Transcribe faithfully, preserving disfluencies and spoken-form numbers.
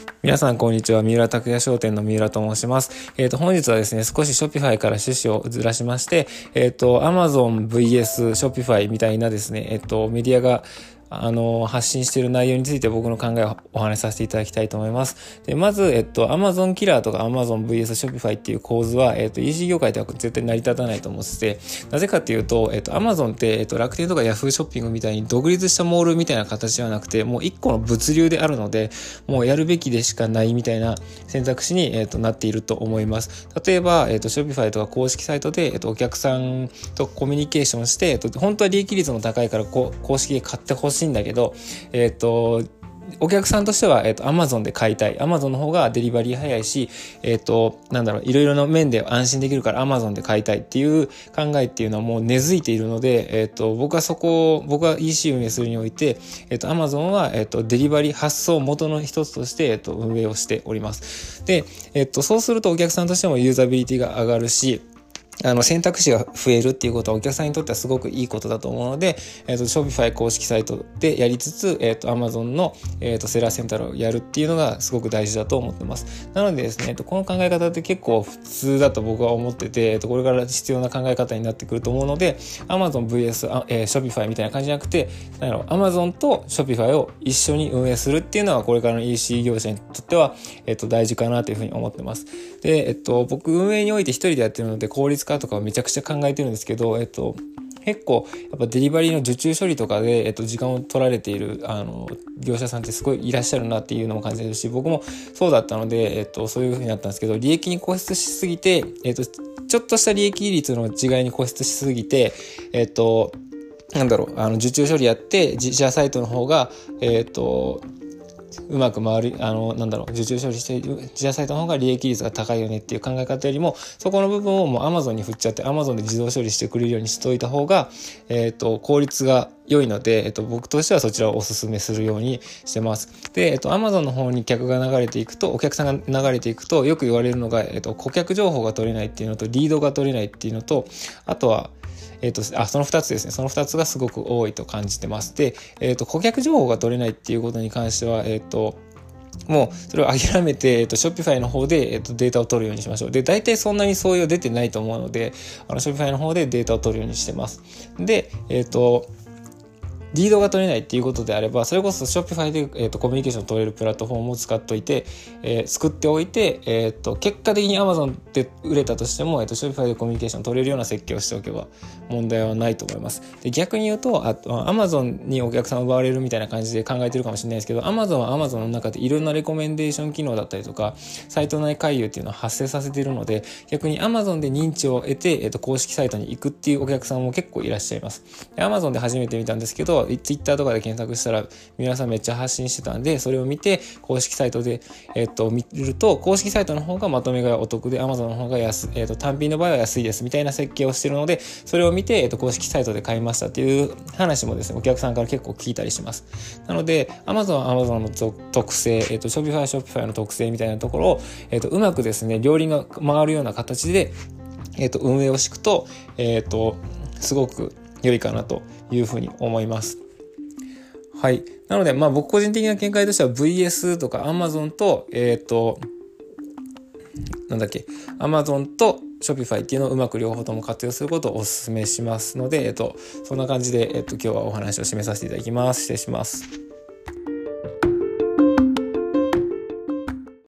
皆さんこんにちは。三浦拓也商店の三浦と申します。えっ、ー、と本日はですね、少し Shopify から趣旨をずらしまして、えっ、ー、と Amazon ブイエス Shopify みたいなですね、えっ、ー、とメディアがあの発信している内容について僕の考えをお話しさせていただきたいと思います。でまず、えっと、Amazon キラーとか Amazon ブイエス Shopify っていう構図は、えっと、イーシー 業界では絶対成り立たないと思ってて、なぜかっていうと、えっと、Amazon って、えっと、楽天とか Yahoo ショッピングみたいに独立したモールみたいな形ではなくて、もう一個の物流であるので、もうやるべきでしかないみたいな選択肢に、えっと、なっていると思います。例えば、えっと、Shopify とか公式サイトで、えっと、お客さんとコミュニケーションして、えっと、本当は利益率の高いからこう公式で買ってほしいんだけど、えっと、お客さんとしては、えっと、Amazon で買いたい。Amazon の方がデリバリー早いし、えっと、なんだろう、いろいろな面で安心できるから Amazon で買いたいっていう考えっていうのはもう根付いているので、えっと、僕はそこを、僕は イーシー 運営するにおいて、えっと、Amazon は、えっと、デリバリー発送元の一つとして、えっと、運営をしております。で、えっと、そうするとお客さんとしてもユーザビリティが上がるし、あの選択肢が増えるっていうことはお客さんにとってはすごくいいことだと思うので、えっと、Shopify 公式サイトでやりつつ、えっと、Amazon の、えっと、セラーセンタルをやるっていうのがすごく大事だと思ってます。なのでですね、えっと、この考え方って結構普通だと僕は思ってて、えっと、これから必要な考え方になってくると思うので、Amazon ブイエス、えー、Shopify みたいな感じじゃなくて、なんだろう、Amazon と Shopify を一緒に運営するっていうのはこれからの イーシー 業者にとっては、えっと、大事かなというふうに思ってます。で、えっと、僕運営において一人でやってるので効率化とかをめちゃくちゃ考えてるんですけど、えっと、結構やっぱデリバリーの受注処理とかで、えっと、時間を取られているあの業者さんってすごいいらっしゃるなっていうのも感じてるし、僕もそうだったので、えっと、そういう風になったんですけど、利益に固執しすぎて、えっと、ちょっとした利益率の違いに固執しすぎて、えっと、なんだろう、あの受注処理やって自社サイトの方が、えっとうまく回る、あの、なんだろう、受注処理している自社サイトの方が利益率が高いよねっていう考え方よりも、そこの部分をもう Amazon に振っちゃって、Amazon で自動処理してくれるようにしといた方が、えっと、効率が良いので、えっと、僕としてはそちらをお勧めするようにしてます。で、えっと、Amazon の方に客が流れていくと、お客さんが流れていくと、よく言われるのが、えっと、顧客情報が取れないっていうのと、リードが取れないっていうのと、あとは、えっと、あ、その二つですね。その二つがすごく多いと感じてます。で、えっと、顧客情報が取れないっていうことに関しては、えっと、もうそれを諦めて、えっと、Shopify の方で、えっと、データを取るようにしましょう。で、大体そんなに相違出てないと思うので、あの、Shopify の方でデータを取るようにしてます。で、えっと、リードが取れないっていうことであれば、それこそ Shopify で、えー、とコミュニケーションを取れるプラットフォームを使っておいて、えー、作っておいて、えー、と結果的に Amazon で売れたとしても、えー、と Shopify でコミュニケーションを取れるような設計をしておけば問題はないと思います。で、逆に言うと、あ Amazon にお客さんを奪われるみたいな感じで考えてるかもしれないですけど、Amazon は Amazon の中でいろんなレコメンデーション機能だったりとか、サイト内回遊っていうのを発生させているので、逆に Amazon で認知を得て、えー、と公式サイトに行くっていうお客さんも結構いらっしゃいます。で、Amazon で初めて見たんですけど、Twitter とかで検索したら皆さんめっちゃ発信してたんで、それを見て公式サイトで、えっと、見ると公式サイトの方がまとめがお得で Amazon の方が安、えっと、単品の場合は安いですみたいな設計をしているので、それを見て、えっと、公式サイトで買いましたっていう話もですね、お客さんから結構聞いたりします。なので Amazon は Amazon の特性、えっと、Shopify は Shopify の特性みたいなところを、えっと、うまくですね、両輪が回るような形で、えっと、運営を敷くと、えっと、すごく良いかなというふうに思います。はい。なので、まあ僕個人的な見解としては ブイエス とか Amazon と、えっと、なんだっけ、Amazon と Shopify っていうのをうまく両方とも活用することをお勧めしますので、えっと、そんな感じで、えっと、今日はお話を締めさせていただきます。失礼します。